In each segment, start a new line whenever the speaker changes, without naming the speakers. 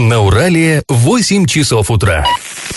На Урале 8 часов утра.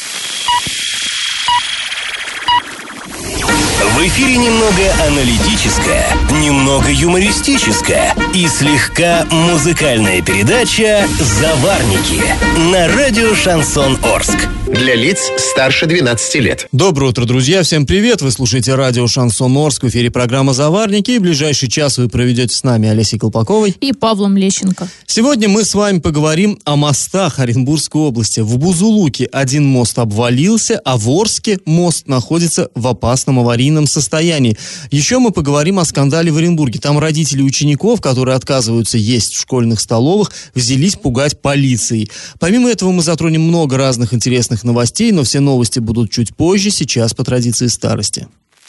В эфире немного аналитическая, немного юмористическая и слегка музыкальная передача «Заварники» на радио «Шансон Орск».
Для лиц старше 12 лет.
Доброе утро, друзья. Всем привет. Вы слушаете радио «Шансон Орск». В эфире программа «Заварники». И в ближайший час вы проведете с нами Олесей Колпаковой
и Павлом Лещенко.
Сегодня мы с вами поговорим о мостах Оренбургской области. В Бузулуке один мост обвалился, а в Орске мост находится в опасном аварийном состоянии. Еще мы поговорим о скандале в Оренбурге. Там родители учеников, которые отказываются есть в школьных столовых, взялись пугать полицией. Помимо этого мы затронем много разных интересных новостей, но все новости будут чуть позже, сейчас по традиции старости.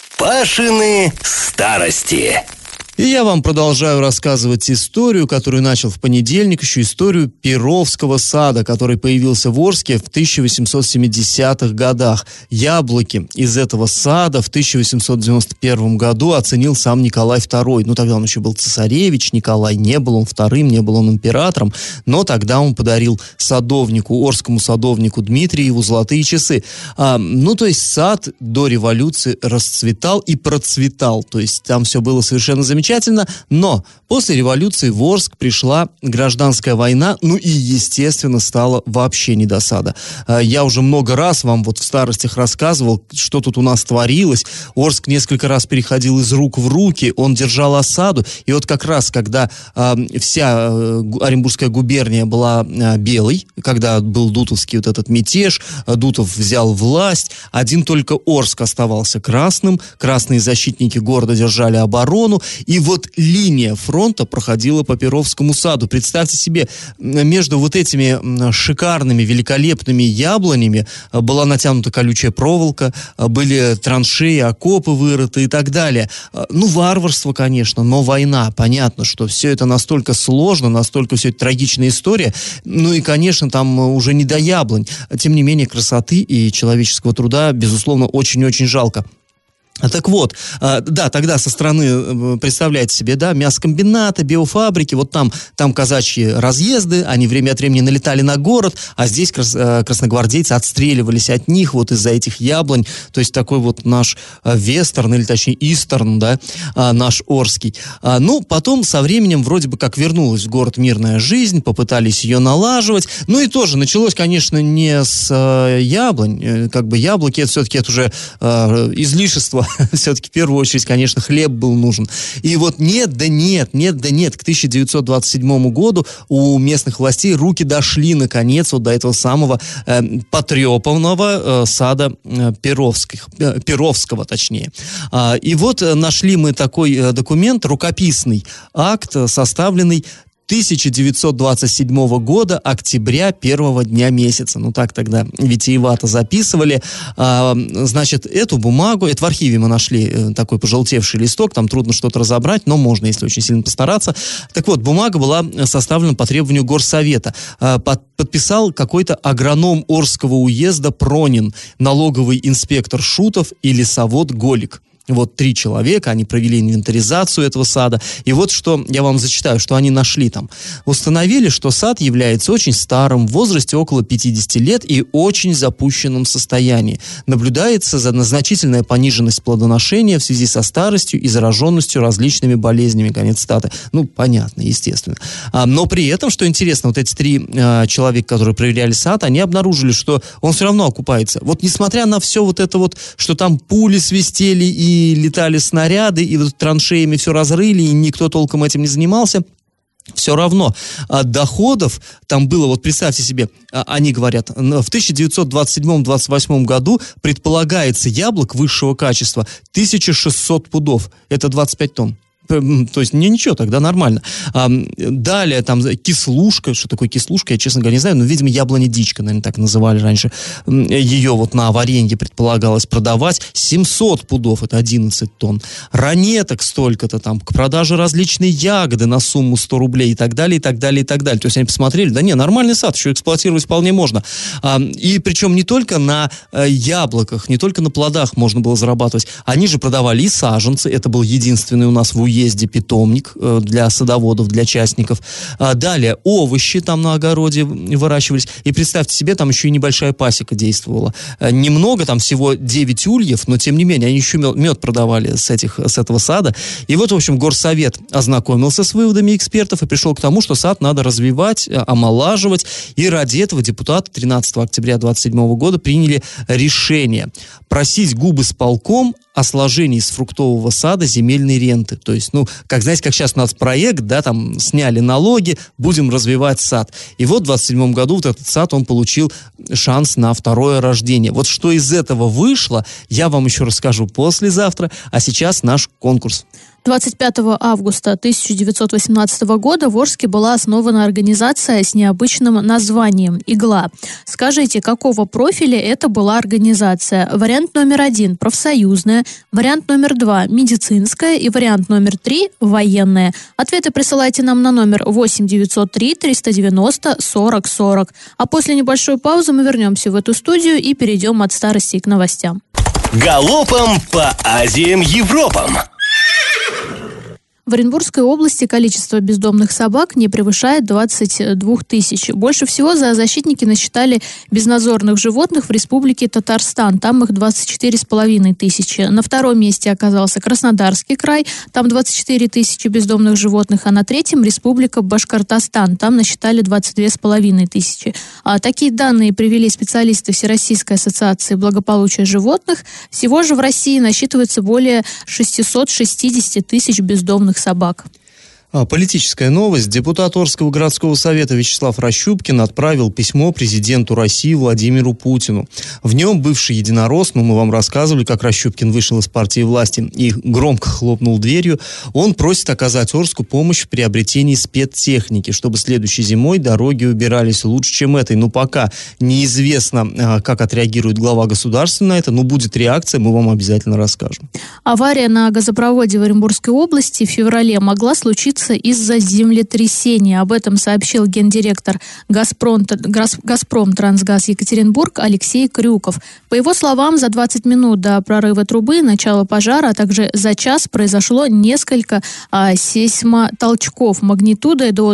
Пашины старости.
И я вам продолжаю рассказывать историю, которую начал в понедельник, еще историю Перовского сада, который появился в Орске в 1870-х годах. Яблоки из этого сада в 1891 году оценил сам Николай II. Ну, тогда он еще был цесаревич Николай, не был он вторым, не был он императором, но тогда он подарил садовнику, орскому садовнику Дмитриеву золотые часы. То есть сад до революции расцветал и процветал, то есть там все было совершенно замечательно. Но после революции в Орск пришла гражданская война, и, естественно, стало вообще не до сада. Я уже много раз вам в старостях рассказывал, что тут у нас творилось. Орск несколько раз переходил из рук в руки, он держал осаду, и вот как раз, когда вся Оренбургская губерния была белой, когда был Дутовский этот мятеж, Дутов взял власть, один только Орск оставался красным, красные защитники города держали оборону, и вот линия фронта проходила по Перовскому саду. Представьте себе, между вот этими шикарными, великолепными яблонями была натянута колючая проволока, были траншеи, окопы вырыты и так далее. Варварство, конечно, но война. Понятно, что все это настолько сложно, настолько все это трагичная история. И, конечно, там уже не до яблонь. Тем не менее, красоты и человеческого труда, безусловно, очень-очень жалко. Так вот, тогда со стороны, представляете себе, мясокомбината, биофабрики, вот там казачьи разъезды, они время от времени налетали на город, а здесь красногвардейцы отстреливались от них вот из-за этих яблонь, то есть такой вот наш вестерн, или точнее истерн, наш Орский. Потом со временем вроде бы как вернулась в город мирная жизнь, попытались ее налаживать, и тоже началось, конечно, не с яблонь, яблоки, это уже излишество. Все-таки в первую очередь, конечно, хлеб был нужен. И вот нет, к 1927 году у местных властей руки дошли, наконец, до этого самого потрепанного сада Перовского, точнее. И вот нашли мы такой документ, рукописный акт, составленный 1927 года, октября, первого дня месяца. Так тогда витиевато записывали. Эту бумагу, это в архиве мы нашли такой пожелтевший листок, там трудно что-то разобрать, но можно, если очень сильно постараться. Так вот, бумага была составлена по требованию горсовета. Подписал какой-то агроном Орского уезда Пронин, налоговый инспектор Шутов и лесовод Голик. Вот 3 человека, они провели инвентаризацию этого сада. И вот что я вам зачитаю, что они нашли там. Установили, что сад является очень старым, в возрасте около 50 лет и очень запущенном состоянии. Наблюдается значительная пониженность плодоношения в связи со старостью и зараженностью различными болезнями. Конец цитаты. Понятно, естественно. Но при этом, что интересно, вот эти 3 человека, которые проверяли сад, они обнаружили, что он все равно окупается. Вот несмотря на все вот это вот, что там пули свистели и летали снаряды, и вот траншеями все разрыли, и никто толком этим не занимался, все равно доходов там было, вот представьте себе, они говорят, в 1927-28 году предполагается яблок высшего качества 1600 пудов, это 25 тонн. То есть ничего, тогда нормально. Далее там кислушка. Что такое кислушка, я, честно говоря, не знаю. Но, видимо, яблоня-дичка, наверное, так называли раньше. Ее вот на варенье предполагалось продавать. 700 пудов, это 11 тонн. Ранеток столько-то там. К продаже различные ягоды на сумму 100 рублей и так далее, и так далее, и так далее. То есть они посмотрели, нормальный сад, еще эксплуатировать вполне можно. И причем не только на яблоках, не только на плодах можно было зарабатывать. Они же продавали и саженцы. Это был единственный у нас в уезде въезде питомник для садоводов, для частников. Далее овощи там на огороде выращивались. И представьте себе, там еще и небольшая пасека действовала. Немного, там всего 9 ульев, но тем не менее, они еще мед продавали с этого сада. И вот, в общем, горсовет ознакомился с выводами экспертов и пришел к тому, что сад надо развивать, омолаживать. И ради этого депутаты 13 октября 2027 года приняли решение просить губысполком о сложении с фруктового сада земельной ренты. То есть, как сейчас у нас проект, да, там сняли налоги, будем развивать сад. И вот в 2027 году вот этот сад, он получил шанс на второе рождение. Вот что из этого вышло, я вам еще расскажу послезавтра, а сейчас наш конкурс.
25 августа 1918 года в Орске была основана организация с необычным названием «Игла». Скажите, какого профиля это была организация? Вариант номер 1 – профсоюзная, вариант номер 2 – медицинская и вариант номер 3 – военная. Ответы присылайте нам на номер 8 903 390 40 40. А после небольшой паузы мы вернемся в эту студию и перейдем от старости к новостям.
Галопом по Азиям, Европам!
В Оренбургской области количество бездомных собак не превышает 22 тысяч. Больше всего зоозащитники насчитали безнадзорных животных в Республике Татарстан. Там их 24,5 тысячи. На втором месте оказался Краснодарский край. Там 24 тысячи бездомных животных. А на третьем Республика Башкортостан. Там насчитали 22,5 тысячи. Такие данные привели специалисты Всероссийской ассоциации благополучия животных. Всего же в России насчитывается более 660 тысяч бездомных собак.
Политическая новость. Депутат Орского городского совета Вячеслав Рощупкин отправил письмо президенту России Владимиру Путину. В нем бывший единорос, мы вам рассказывали, как Рощупкин вышел из партии власти и громко хлопнул дверью, он просит оказать Орску помощь в приобретении спецтехники, чтобы следующей зимой дороги убирались лучше, чем этой. Но пока неизвестно, как отреагирует глава государства на это, но будет реакция, мы вам обязательно расскажем.
Авария на газопроводе в Оренбургской области в феврале могла случиться из-за землетрясения. Об этом сообщил гендиректор «Газпромтрансгаз Екатеринбург» Алексей Крюков. По его словам, за 20 минут до прорыва трубы, начала пожара, а также за час произошло несколько сейсмотолчков магнитудой до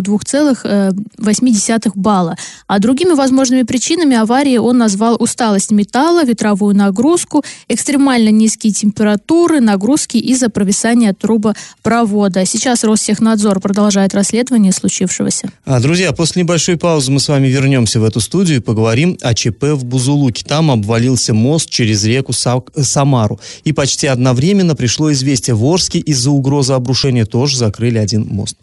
2,8 балла. А другими возможными причинами аварии он назвал усталость металла, ветровую нагрузку, экстремально низкие температуры, нагрузки из-за провисания трубопровода. Сейчас Ростехнадзор продолжает расследование случившегося.
Друзья, после небольшой паузы мы с вами вернемся в эту студию и поговорим о ЧП в Бузулуке. Там обвалился мост через реку Самару. И почти одновременно пришло известие: в Орске из-за угрозы обрушения тоже закрыли один мост.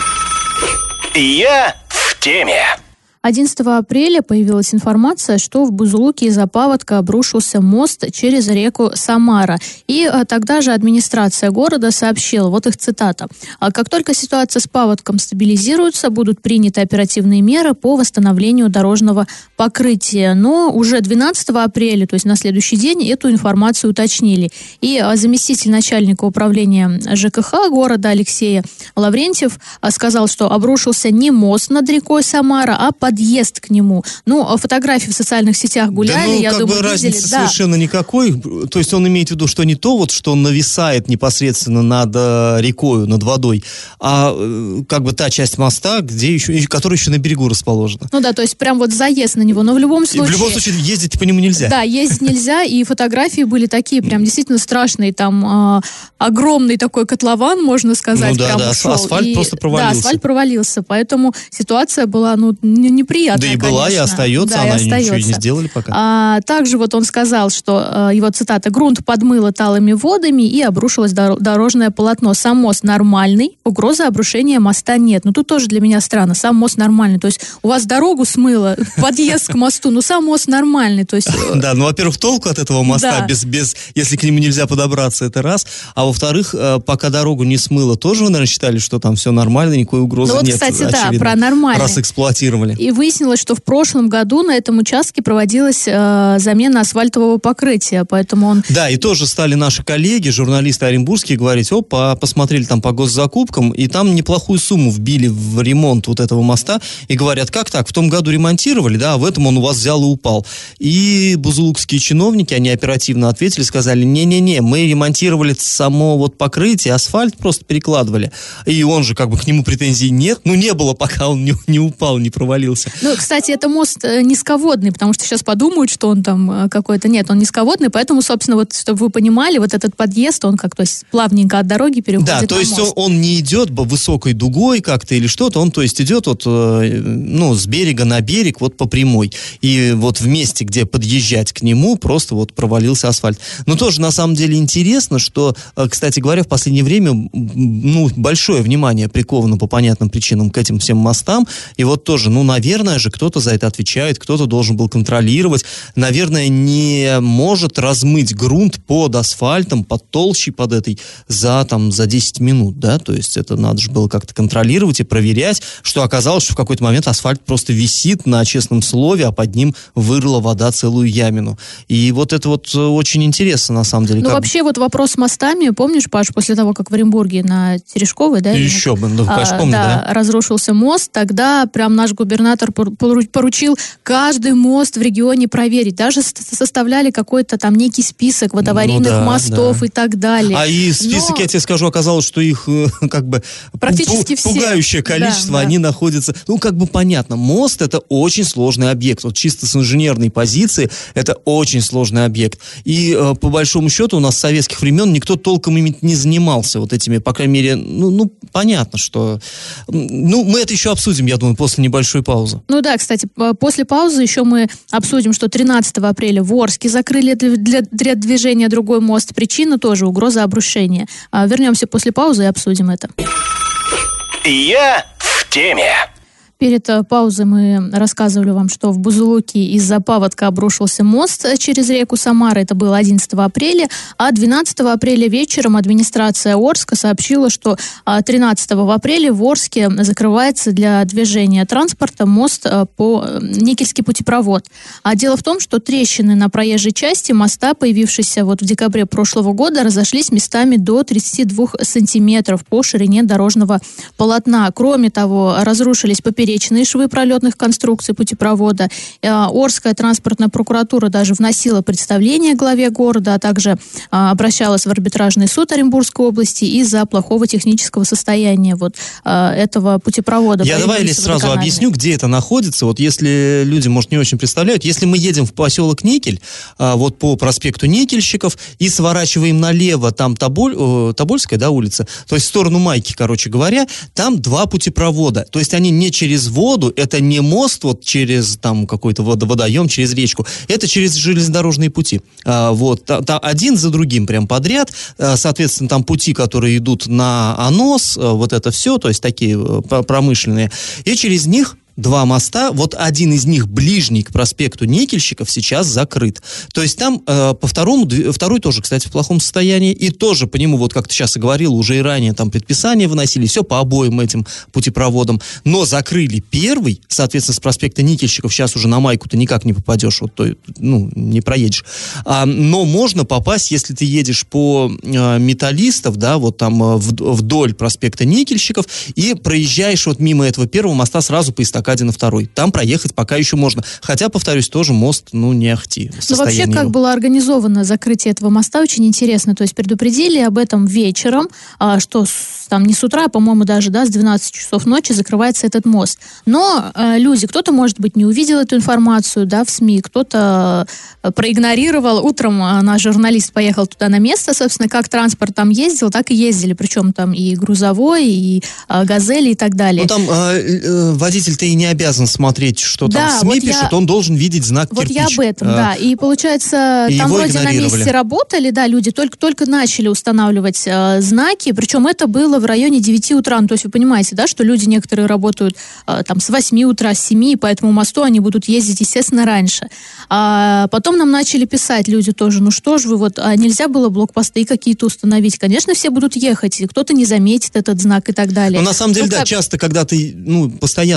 Я в теме.
11 апреля появилась информация, что в Бузулуке из-за паводка обрушился мост через реку Самара. И тогда же администрация города сообщила, вот их цитата: «Как только ситуация с паводком стабилизируется, будут приняты оперативные меры по восстановлению дорожного покрытия». Но уже 12 апреля, то есть на следующий день, эту информацию уточнили. И заместитель начальника управления ЖКХ города Алексей Лаврентьев сказал, что обрушился не мост над рекой Самара, а подъезд к нему. Фотографии в социальных сетях гуляли, я думаю, видели.
Разницы совершенно никакой. То есть он имеет в виду, что не то, что он нависает непосредственно над рекой, над водой, а та часть моста, которая еще на берегу расположена.
То есть прям заезд на него. Но в любом случае...
В любом случае ездить по нему нельзя.
Да, ездить нельзя, и фотографии были такие прям действительно страшные. Там огромный такой котлован, можно сказать.
Асфальт просто провалился.
Да, асфальт провалился, поэтому ситуация была, неприятная,
да и была, конечно. И остается,
да,
она
и остается.
Ничего не сделали пока.
Также он сказал, что, его цитата: «Грунт подмыло талыми водами и обрушилось дорожное полотно. Сам мост нормальный, угрозы обрушения моста нет». Тут тоже для меня странно, сам мост нормальный. То есть у вас дорогу смыло, подъезд к мосту, сам мост нормальный. То есть...
Да, во-первых, толку от этого моста, если к нему нельзя подобраться, это раз. А во-вторых, пока дорогу не смыло, тоже вы, наверное, считали, что там все нормально, никакой угрозы нет.
Кстати,
очевидно,
про нормальный.
Раз эксплуатировали.
И выяснилось, что в прошлом году на этом участке проводилась замена асфальтового покрытия, поэтому он...
Да, и тоже стали наши коллеги, журналисты оренбургские, говорить, посмотрели там по госзакупкам, и там неплохую сумму вбили в ремонт вот этого моста, и говорят, как так, в том году ремонтировали, да, а в этом он у вас взял и упал. И бузулукские чиновники, они оперативно ответили, сказали, не-не-не, мы ремонтировали само вот покрытие, асфальт просто перекладывали. И он же, как бы, к нему претензий нет, не было, пока он не упал, не провалился.
Ну, кстати, это мост низководный, потому что сейчас подумают, что он там какой-то... Нет, он низководный, поэтому, собственно, вот, чтобы вы понимали, вот этот подъезд, он как-то плавненько от дороги переходит на мост.
Да, то есть он не идет высокой дугой как-то или что-то, он, то есть, идет вот, с берега на берег вот по прямой. И вот в месте, где подъезжать к нему, просто вот провалился асфальт. Но тоже, на самом деле, интересно, что, кстати говоря, в последнее время, большое внимание приковано по понятным причинам к этим всем мостам. И вот тоже, наверное же, кто-то за это отвечает, кто-то должен был контролировать. Наверное, не может размыть грунт под асфальтом, под толщей, под этой, за 10 минут, да, то есть это надо же было как-то контролировать и проверять, что оказалось, что в какой-то момент асфальт просто висит на честном слове, а под ним вырыла вода целую ямину. И вот это вот очень интересно, на самом деле.
Вообще вот вопрос с мостами, помнишь, Паш, после того, как в Оренбурге на Терешковой, да?
Еще бы, конечно, помню, да.
Разрушился мост, тогда прям наш губернатор поручил каждый мост в регионе проверить. Даже составляли какой-то там некий список вот аварийных мостов и так далее.
А и список, я тебе скажу, оказалось, что их
практически все.
Пугающее количество, они находятся... понятно, мост — это очень сложный объект. Вот чисто с инженерной позиции это очень сложный объект. И по большому счету у нас с советских времен никто толком ими не занимался вот этими, по крайней мере, понятно, что... мы это еще обсудим, я думаю, после небольшой паузы.
Да, кстати, после паузы еще мы обсудим, что 13 апреля в Орске закрыли для движения другой мост. Причина тоже угроза обрушения. Вернемся после паузы и обсудим это.
Я в теме.
Перед паузой мы рассказывали вам, что в Бузулуке из-за паводка обрушился мост через реку Самара. Это было 11 апреля. А 12 апреля вечером администрация Орска сообщила, что 13 апреля в Орске закрывается для движения транспорта мост по Никельский путепровод. А дело в том, что трещины на проезжей части моста, появившиеся в декабре прошлого года, разошлись местами до 32 сантиметров по ширине дорожного полотна. Кроме того, разрушились поперечные швы пролетных конструкций путепровода. Орская транспортная прокуратура даже вносила представление главе города, а также обращалась в арбитражный суд Оренбургской области из-за плохого технического состояния этого путепровода.
Я давай сразу объясню, где это находится. Вот если люди, может, не очень представляют, если мы едем в поселок Никель, вот по проспекту Никельщиков, и сворачиваем налево, там Тобольская, да, улица, то есть в сторону Майки, короче говоря, там два путепровода. То есть они не через воду, это не мост вот через там какой-то водоем, через речку, это через железнодорожные пути. Один за другим прям подряд, соответственно, там пути, которые идут на Анос, вот это все, то есть такие промышленные, и через них два моста, вот один из них ближний к проспекту Никельщиков сейчас закрыт. То есть там второй тоже, кстати, в плохом состоянии, и тоже по нему, вот как ты сейчас и говорил, уже и ранее там предписания выносили, все по обоим этим путепроводам, но закрыли первый, соответственно, с проспекта Никельщиков сейчас уже на Майку ты никак не попадешь, не проедешь. Но можно попасть, если ты едешь по Металлистов, да, вот там вдоль проспекта Никельщиков, и проезжаешь вот мимо этого первого моста сразу по эстакаде на второй. Там проехать пока еще можно. Хотя, повторюсь, тоже мост, не ахти.
Вообще, как было организовано закрытие этого моста, очень интересно. То есть предупредили об этом вечером, что там не с утра, по-моему, даже, с 12 часов ночи закрывается этот мост. Но люди, кто-то, может быть, не увидел эту информацию, в СМИ, кто-то проигнорировал. Утром наш журналист поехал туда на место, собственно, как транспорт там ездил, так и ездили. Причем там и грузовой, и газели, и так далее.
Там водитель-то и не обязан смотреть, что там в СМИ пишут, он должен видеть знак кирпич.
Вот я об этом, да. И получается, там вроде на месте работали, люди только начали устанавливать знаки, причем это было в районе 9 утра. То есть вы понимаете, что люди некоторые работают там с 8 утра, с 7, по этому мосту они будут ездить, естественно, раньше. А потом нам начали писать люди тоже, что ж вы, нельзя было блокпосты какие-то установить. Конечно, все будут ехать, и кто-то не заметит этот знак и так далее.
Но на самом деле, часто, когда ты постоянно ездишь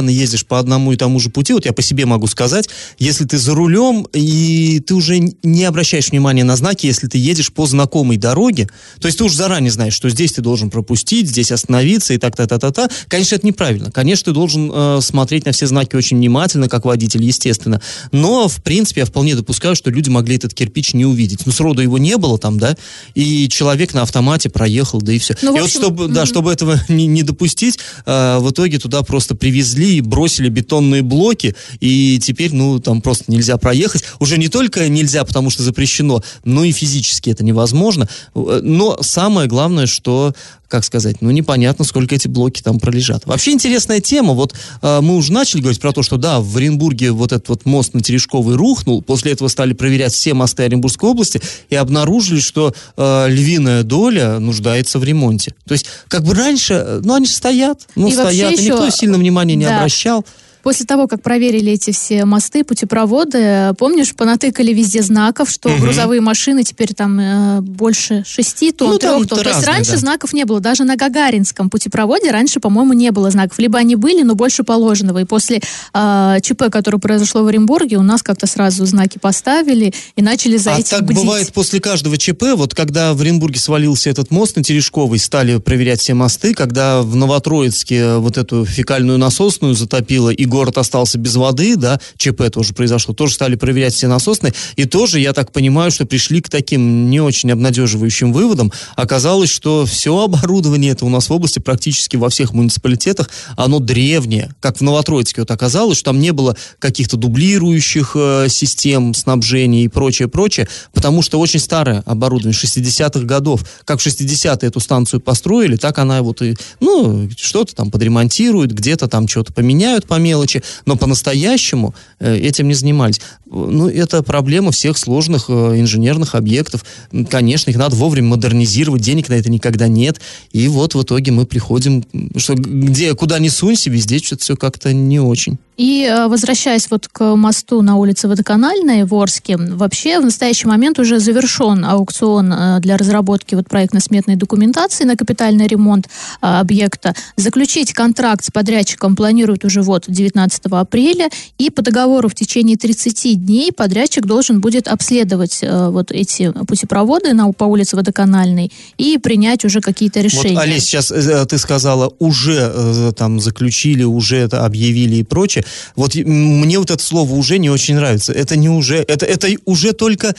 едешь по одному и тому же пути, вот я по себе могу сказать, если ты за рулем, и ты уже не обращаешь внимания на знаки, если ты едешь по знакомой дороге, то есть ты уже заранее знаешь, что здесь ты должен пропустить, здесь остановиться и так-та-та-та-та. Конечно, это неправильно. Конечно, ты должен смотреть на все знаки очень внимательно, как водитель, естественно. Но, в принципе, я вполне допускаю, что люди могли этот кирпич не увидеть. Ну, сроду его не было там, да, и человек на автомате проехал, да и все.
Ну,
и
общем,
вот, чтобы этого не допустить, в итоге туда просто привезли и бросили бетонные блоки, и теперь, там просто нельзя проехать. Уже не только нельзя, потому что запрещено, но и физически это невозможно. Но самое главное, что, как сказать, непонятно, сколько эти блоки там пролежат. Вообще интересная тема. Вот мы уже начали говорить про то, что да, в Оренбурге вот этот вот мост на Терешковой рухнул, после этого стали проверять все мосты Оренбургской области и обнаружили, что львиная доля нуждается в ремонте. То есть, как бы раньше, они же стоят, и никто сильно внимания не обращал.
После того, как проверили эти все мосты, путепроводы, помнишь, понатыкали везде знаков, что грузовые машины теперь там больше 6 тонн, 3 тонн. То есть раньше знаков не было. Даже на Гагаринском путепроводе раньше, по-моему, не было знаков. Либо они были, но больше положенного. И после ЧП, которое произошло в Оренбурге, у нас как-то сразу знаки поставили и начали за этим бдить.
Так бывает после каждого ЧП. Вот когда в Оренбурге свалился этот мост на Терешковой, стали проверять все мосты. Когда в Новотроицке вот эту фекальную насосную затопило и город остался без воды, да, ЧП тоже произошло, тоже стали проверять все насосные, и тоже, я так понимаю, что пришли к таким не очень обнадеживающим выводам. Оказалось, что все оборудование это у нас в области практически во всех муниципалитетах, оно древнее, как в Новотроицке вот оказалось, что там не было каких-то дублирующих систем снабжения и прочее, потому что очень старое оборудование 60-х годов. Как в 60-е эту станцию построили, так она вот и, что-то там подремонтируют, где-то там что-то поменяют по мелочи, но по-настоящему этим не занимались. Это проблема всех сложных инженерных объектов. Конечно, их надо вовремя модернизировать, денег на это никогда нет. И вот в итоге мы приходим, что куда ни сунься, везде что-то все как-то не очень.
И возвращаясь вот к мосту на улице Водоканальной в Орске, вообще в настоящий момент уже завершен аукцион для разработки проектно-сметной документации на капитальный ремонт объекта. Заключить контракт с подрядчиком планируют уже 19 апреля, и по договору в течение 30 дней подрядчик должен будет обследовать эти путепроводы по улице Водоканальной и принять уже какие-то решения.
Вот, Олесь, сейчас ты сказала, уже там заключили, уже это объявили и прочее. Вот мне вот это слово «уже» не очень нравится. Это не уже, это уже только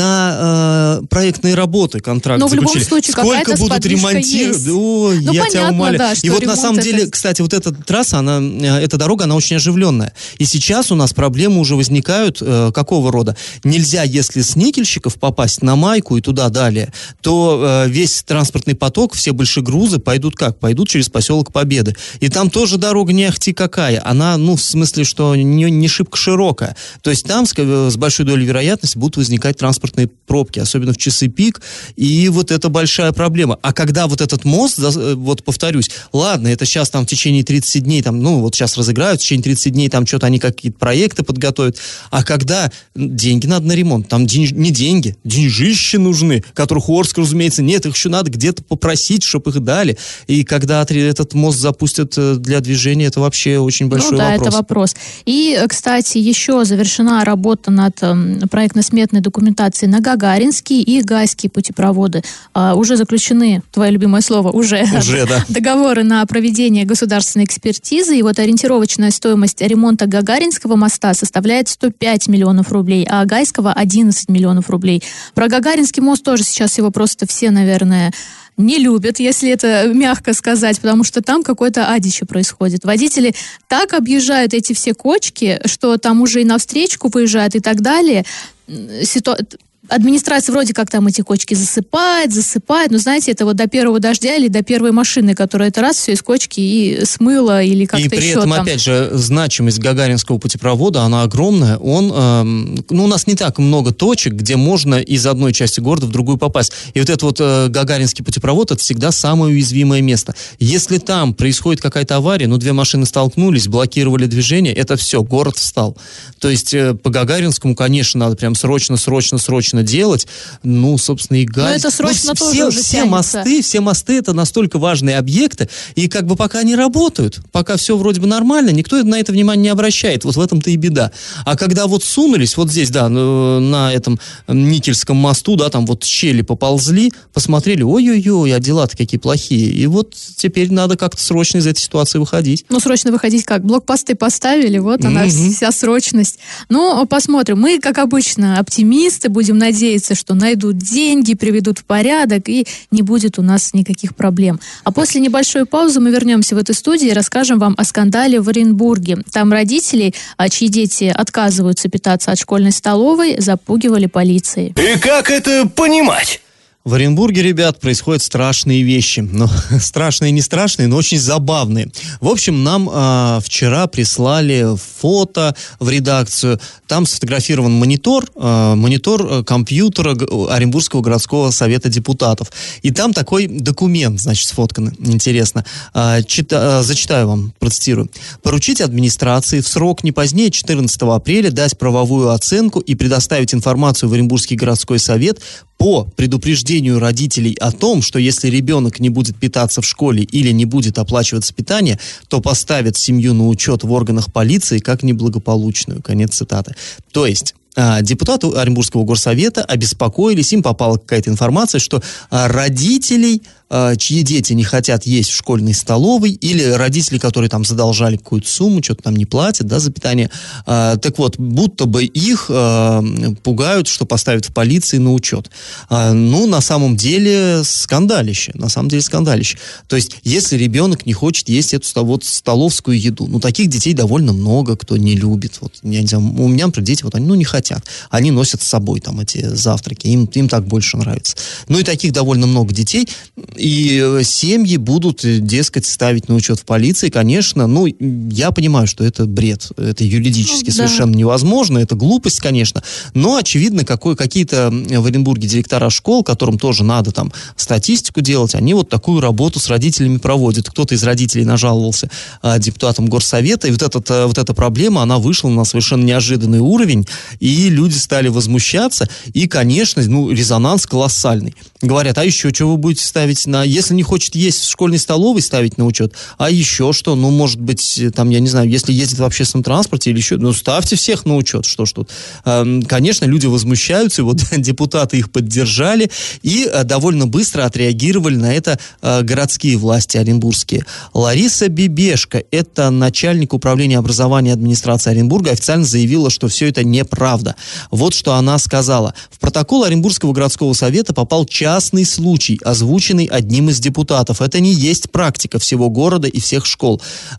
на проектные работы контракт заключили.
Но в любом случае
сколько будут ремонтировать? Я тебя умоляю.
Да,
и вот на самом деле, кстати, вот эта трасса, эта дорога, она очень оживленная. И сейчас у нас проблемы уже возникают какого рода? Нельзя, если с никельщиков попасть на Майку и туда далее, то весь транспортный поток, все большегрузы пойдут как? Пойдут через поселок Победы. И там тоже дорога не ахти какая. Она, в смысле, что не шибко широкая. То есть там с большой долей вероятности будут возникать транспортные пробки, особенно в часы пик. И вот это большая проблема. А когда вот этот мост, повторюсь, ладно, это сейчас там в течение 30 дней, сейчас разыграют, в течение 30 дней там что-то они какие-то проекты подготовят. А когда деньги надо на ремонт, там не деньги, деньжища нужны, которых у Орска, разумеется, нет, их еще надо где-то попросить, чтобы их дали. И когда этот мост запустят для движения, это вообще очень большой вопрос.
Это вопрос. И, кстати, еще завершена работа над проектно-сметной документацией на Гагаринские и Гайские путепроводы. Уже заключены, твое любимое слово, уже да. Договоры на проведение государственной экспертизы. И ориентировочная стоимость ремонта Гагаринского моста составляет 105 миллионов рублей, а Гайского 11 миллионов рублей. Про Гагаринский мост тоже сейчас его просто все, наверное, не любят, если это мягко сказать, потому что там какое-то адище происходит. Водители так объезжают эти все кочки, что там уже и навстречку выезжают и так далее. Администрация вроде как там эти кочки засыпает, но знаете, это до первого дождя или до первой машины, которая это раз все из кочки и смыла или как-то еще.
И при этом, опять же, значимость Гагаринского путепровода, она огромная. У нас не так много точек, где можно из одной части города в другую попасть. И вот этот Гагаринский путепровод, это всегда самое уязвимое место. Если там происходит какая-то авария, 2 машины столкнулись, блокировали движение, это все, город встал. То есть по Гагаринскому, конечно, надо прям срочно срочно делать, собственно, и газик.
Но это срочно тоже уже тянется.
Все мосты это настолько важные объекты, и как бы пока они работают, пока все вроде бы нормально, никто на это внимание не обращает. Вот в этом-то и беда. А когда вот сунулись, вот здесь, да, на этом Никельском мосту, да, там вот щели поползли, посмотрели, ой-ой-ой, а дела-то какие плохие. И вот теперь надо как-то срочно из этой ситуации выходить.
Срочно выходить как? Блокпосты поставили, вот она вся срочность. Посмотрим. Мы, как обычно, оптимисты, будем надеяться, что найдут деньги, приведут в порядок, и не будет у нас никаких проблем. А после небольшой паузы мы вернемся в эту студию и расскажем вам о скандале в Оренбурге. Там родителей, чьи дети отказываются питаться от школьной столовой, запугивали полицией.
И как это понимать?
В Оренбурге, ребят, происходят страшные вещи. Страшные, не страшные, но очень забавные. В общем, нам вчера прислали фото в редакцию. Там сфотографирован монитор компьютера Оренбургского городского совета депутатов. И там такой документ, значит, сфоткан. Интересно. Зачитаю вам, процитирую. Поручить администрации в срок не позднее 14 апреля дать правовую оценку и предоставить информацию в Оренбургский городской совет по предупреждению родителей о том, что если ребенок не будет питаться в школе или не будет оплачиваться питание, то поставят семью на учет в органах полиции как неблагополучную. Конец цитаты. То есть депутаты Оренбургского горсовета обеспокоились, им попала какая-то информация, что родителей, чьи дети не хотят есть в школьной столовой, или родители, которые там задолжали какую-то сумму, что-то там не платят, да, за питание, так вот, будто бы их пугают, что поставят в полиции на учет. На самом деле скандалище. То есть, если ребенок не хочет есть эту столовскую еду, таких детей довольно много, кто не любит. Вот, я не знаю, у меня, например, дети, вот они, не хотят. Они носят с собой там эти завтраки, им так больше нравится. И таких довольно много детей, и семьи будут, дескать, ставить на учет в полиции, конечно. Я понимаю, что это бред, это юридически совершенно невозможно, это глупость, конечно, но, очевидно, какие-то в Оренбурге директора школ, которым тоже надо там статистику делать, они вот такую работу с родителями проводят. Кто-то из родителей нажаловался депутатам горсовета, и вот эта проблема, она вышла на совершенно неожиданный уровень, и люди стали возмущаться, и, конечно, резонанс колоссальный. Говорят, а еще что вы будете ставить если не хочет есть в школьной столовой, ставить на учет, а еще что, может быть, там, я не знаю, если ездит в общественном транспорте или еще, ставьте всех на учет, что ж тут. Конечно, люди возмущаются, и вот депутаты их поддержали, и довольно быстро отреагировали на это городские власти оренбургские. Лариса Бебешко, это начальник управления образования администрации Оренбурга, официально заявила, что все это неправда. Вот что она сказала. В протокол Оренбургского городского совета попал частный случай, озвученный одним из депутатов. Это не есть практика всего города и всех школ.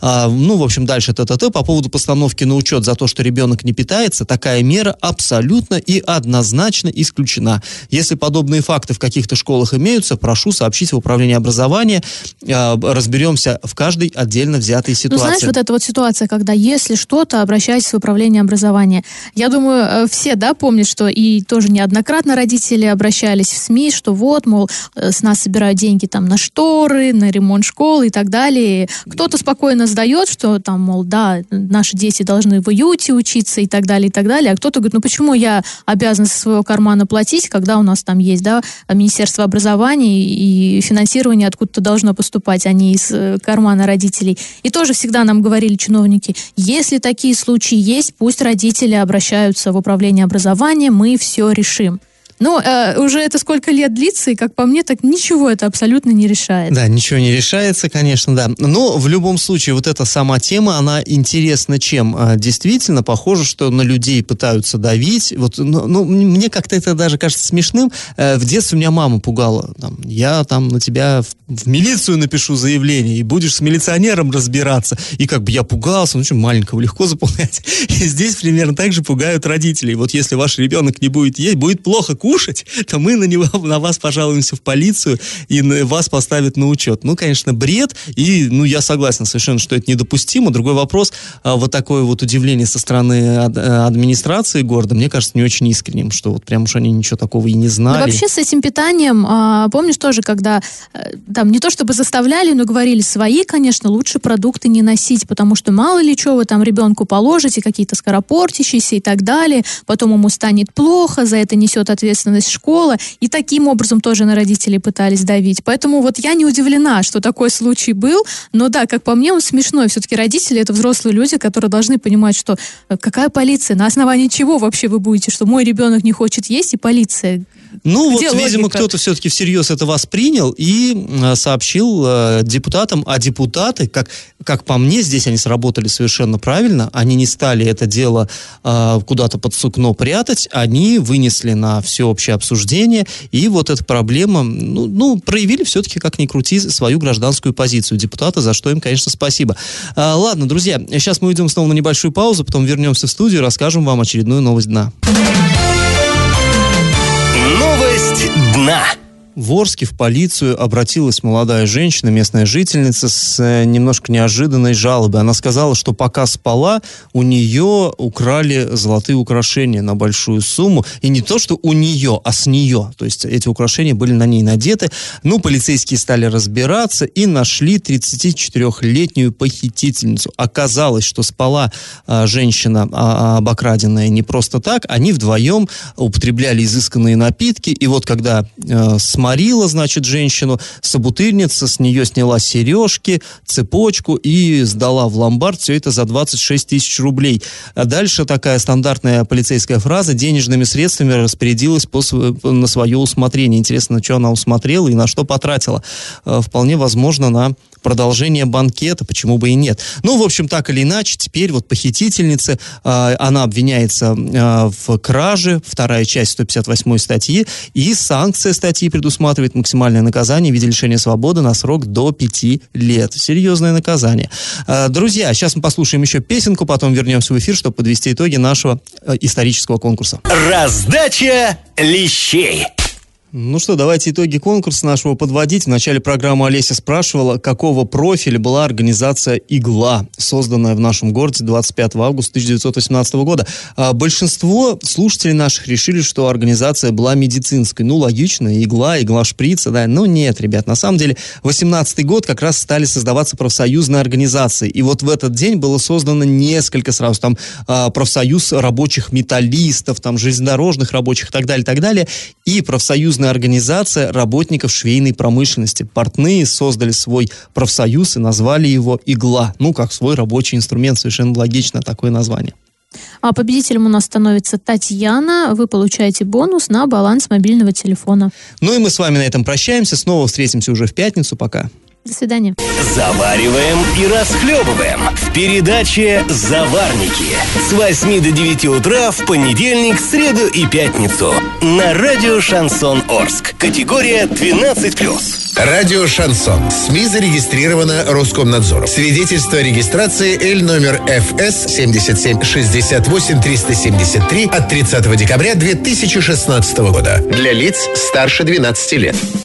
В общем, дальше по поводу постановки на учет за то, что ребенок не питается, такая мера абсолютно и однозначно исключена. Если подобные факты в каких-то школах имеются, прошу сообщить в управление образования. Разберемся в каждой отдельно взятой ситуации.
Знаешь, вот эта вот ситуация, когда если что-то, обращайтесь в управление образования. Я думаю, все, помнят, что и тоже неоднократно родители обращались в СМИ, что вот, мол, с нас собирают деньги там на шторы, на ремонт школы и так далее. Кто-то спокойно сдает, что там, мол, да, наши дети должны в уюте учиться и так далее, а кто-то говорит, почему я обязан со своего кармана платить, когда у нас там есть, Министерство образования и финансирование откуда-то должно поступать, а не из кармана родителей. И тоже всегда нам говорили чиновники, если такие случаи есть, пусть родители обращаются в управление образования, мы все решим. Уже это сколько лет длится, и, как по мне, так ничего это абсолютно не решает.
Да, ничего не решается, конечно, да. Но в любом случае, вот эта сама тема, она интересна чем? Действительно, похоже, что на людей пытаются давить. Мне как-то это даже кажется смешным. В детстве меня мама пугала. Я на тебя в милицию напишу заявление, и будешь с милиционером разбираться. И я пугался, маленького легко запугать. И здесь примерно так же пугают родителей. Вот если ваш ребенок не будет есть, будет плохо кушать, то мы на вас пожалуемся в полицию, и вас поставят на учет. Конечно, бред, и, я согласен совершенно, что это недопустимо. Другой вопрос, вот такое вот удивление со стороны администрации города, мне кажется, не очень искренним, что вот прям уж они ничего такого и не знали.
Вообще с этим питанием, помнишь тоже, когда там не то чтобы заставляли, но говорили, свои, конечно, лучше продукты не носить, потому что мало ли что вы там ребенку положите, какие-то скоропортящиеся и так далее, потом ему станет плохо, за это несет ответственность ответственность школы, и таким образом тоже на родителей пытались давить. Поэтому вот я не удивлена, что такой случай был, но да, как по мне, он смешной. Все-таки родители — это взрослые люди, которые должны понимать, что какая полиция, на основании чего вообще вы будете, что мой ребенок не хочет есть, и полиция.
Ну
Где
вот, видимо,
логика?
кто-то все-таки всерьез это воспринял и сообщил депутатам, а депутаты, как по мне, здесь они сработали совершенно правильно, они не стали это дело куда-то под сукно прятать, они вынесли на всеобщее обсуждение, и вот эта проблема, проявили все-таки, как ни крути, свою гражданскую позицию депутата, за что им, конечно, спасибо. Ладно, друзья, сейчас мы уйдем снова на небольшую паузу, потом вернемся в студию и расскажем вам очередную новость дна.
Новость дна.
В Орске в полицию обратилась молодая женщина, местная жительница, с немножко неожиданной жалобой. Она сказала, что пока спала, у нее украли золотые украшения на большую сумму. И не то, что у нее, а с нее. То есть эти украшения были на ней надеты. Полицейские стали разбираться и нашли 34-летнюю похитительницу. Оказалось, что спала женщина обокраденная не просто так. Они вдвоем употребляли изысканные напитки. И вот когда сморила, значит, женщину, собутыльница с нее сняла сережки, цепочку и сдала в ломбард все это за 26 тысяч рублей. А дальше такая стандартная полицейская фраза: денежными средствами распорядилась на свое усмотрение. Интересно, на что она усмотрела и на что потратила. Вполне возможно, на продолжение банкета, почему бы и нет. В общем, так или иначе, теперь вот похитительница, она обвиняется в краже, вторая часть 158 статьи, и санкция статьи предусматривает максимальное наказание в виде лишения свободы на срок до 5 лет. Серьезное наказание. Друзья, сейчас мы послушаем еще песенку, потом вернемся в эфир, чтобы подвести итоги нашего исторического конкурса.
Раздача лещей.
Ну что, давайте итоги конкурса нашего подводить. В начале программы Олеся спрашивала, какого профиля была организация «Игла», созданная в нашем городе 25 августа 1918 года. Большинство слушателей наших решили, что организация была медицинской. Логично, игла шприца, да. Но нет, ребят, на самом деле 18-й год как раз стали создаваться профсоюзные организации. И вот в этот день было создано несколько сразу. Там профсоюз рабочих металлистов, там железнодорожных рабочих и так далее. И профсоюзная организация работников швейной промышленности. Портные создали свой профсоюз и назвали его «Игла». Как свой рабочий инструмент. Совершенно логично такое название.
А победителем у нас становится Татьяна. Вы получаете бонус на баланс мобильного телефона.
И мы с вами на этом прощаемся. Снова встретимся уже в пятницу. Пока.
До свидания.
Завариваем и расхлебываем в передаче «Заварники» с 8 до 9 утра в понедельник, среду и пятницу на радио «Шансон Орск». Категория 12+.
Радио «Шансон». СМИ зарегистрировано Роскомнадзором. Свидетельство о регистрации Л номер ФС 7768373 от 30 декабря 2016 года. Для лиц старше 12 лет.